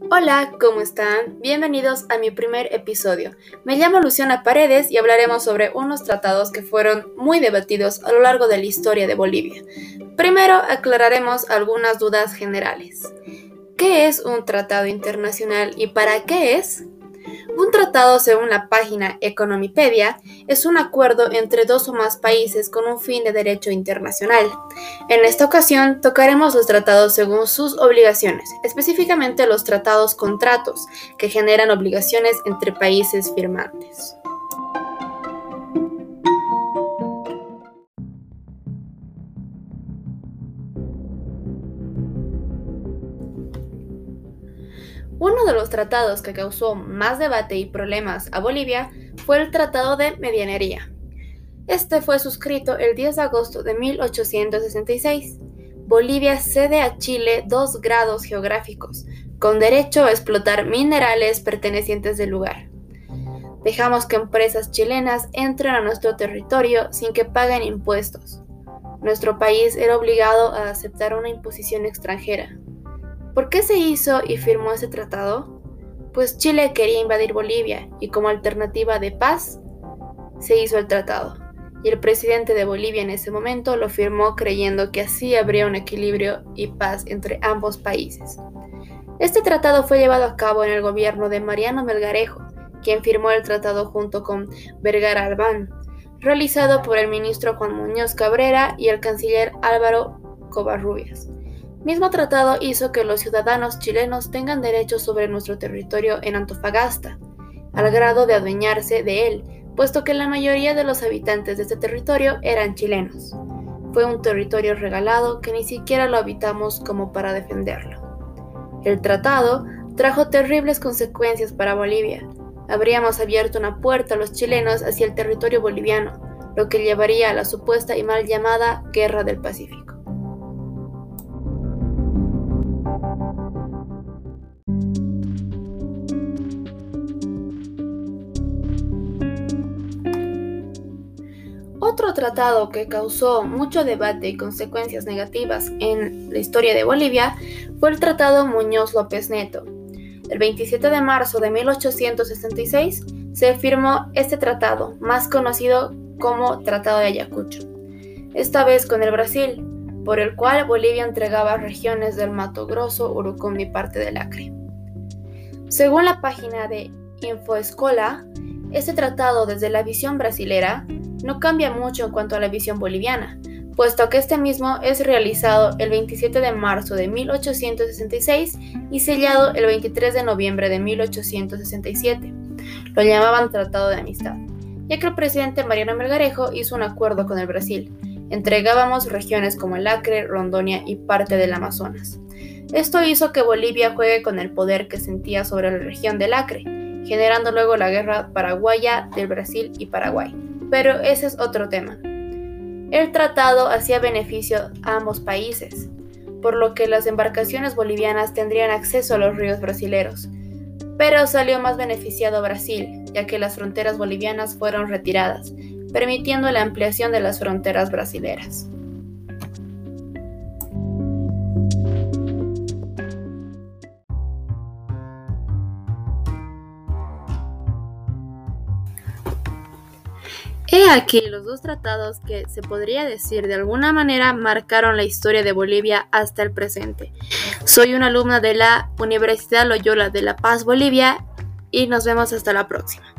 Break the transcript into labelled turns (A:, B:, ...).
A: Hola, ¿cómo están? Bienvenidos a mi primer episodio. Me llamo Luciana Paredes y hablaremos sobre unos tratados que fueron muy debatidos a lo largo de la historia de Bolivia. Primero aclararemos algunas dudas generales. ¿Qué es un tratado internacional y para qué es? Un tratado, según la página Economipedia, es un acuerdo entre dos o más países con un fin de derecho internacional. En esta ocasión tocaremos los tratados según sus obligaciones, específicamente los tratados-contratos, que generan obligaciones entre países firmantes. Uno de los tratados que causó más debate y problemas a Bolivia fue el Tratado de Medianería. Este fue suscrito el 10 de agosto de 1866. Bolivia cede a Chile 2 grados geográficos, con derecho a explotar minerales pertenecientes del lugar. Dejamos que empresas chilenas entren a nuestro territorio sin que paguen impuestos. Nuestro país era obligado a aceptar una imposición extranjera. ¿Por qué se hizo y firmó ese tratado? Pues Chile quería invadir Bolivia y como alternativa de paz, se hizo el tratado. Y el presidente de Bolivia en ese momento lo firmó creyendo que así habría un equilibrio y paz entre ambos países. Este tratado fue llevado a cabo en el gobierno de Mariano Melgarejo, quien firmó el tratado junto con Vergara Albán, realizado por el ministro Juan Muñoz Cabrera y el canciller Álvaro Covarrubias. Mismo tratado hizo que los ciudadanos chilenos tengan derechos sobre nuestro territorio en Antofagasta, al grado de adueñarse de él, puesto que la mayoría de los habitantes de este territorio eran chilenos. Fue un territorio regalado que ni siquiera lo habitamos como para defenderlo. El tratado trajo terribles consecuencias para Bolivia. Habríamos abierto una puerta a los chilenos hacia el territorio boliviano, lo que llevaría a la supuesta y mal llamada Guerra del Pacífico. Otro tratado que causó mucho debate y consecuencias negativas en la historia de Bolivia fue el Tratado Muñoz López Neto. El 27 de marzo de 1866 se firmó este tratado, más conocido como Tratado de Ayacucho, esta vez con el Brasil, por el cual Bolivia entregaba regiones del Mato Grosso, Urucum y parte del Acre. Según la página de Infoescola, este tratado desde la visión brasilera no cambia mucho en cuanto a la visión boliviana, puesto que este mismo es realizado el 27 de marzo de 1866 y sellado el 23 de noviembre de 1867. Lo llamaban Tratado de Amistad, ya que el presidente Mariano Melgarejo hizo un acuerdo con el Brasil. Entregábamos regiones como el Acre, Rondônia y parte del Amazonas. Esto hizo que Bolivia juegue con el poder que sentía sobre la región del Acre, generando luego la guerra paraguaya del Brasil y Paraguay. Pero ese es otro tema. El tratado hacía beneficio a ambos países, por lo que las embarcaciones bolivianas tendrían acceso a los ríos brasileros. Pero salió más beneficiado Brasil, ya que las fronteras bolivianas fueron retiradas, permitiendo la ampliación de las fronteras brasileras. He aquí los dos tratados que, se podría decir de alguna manera, marcaron la historia de Bolivia hasta el presente. Soy una alumna de la Universidad Loyola de La Paz, Bolivia, y nos vemos hasta la próxima.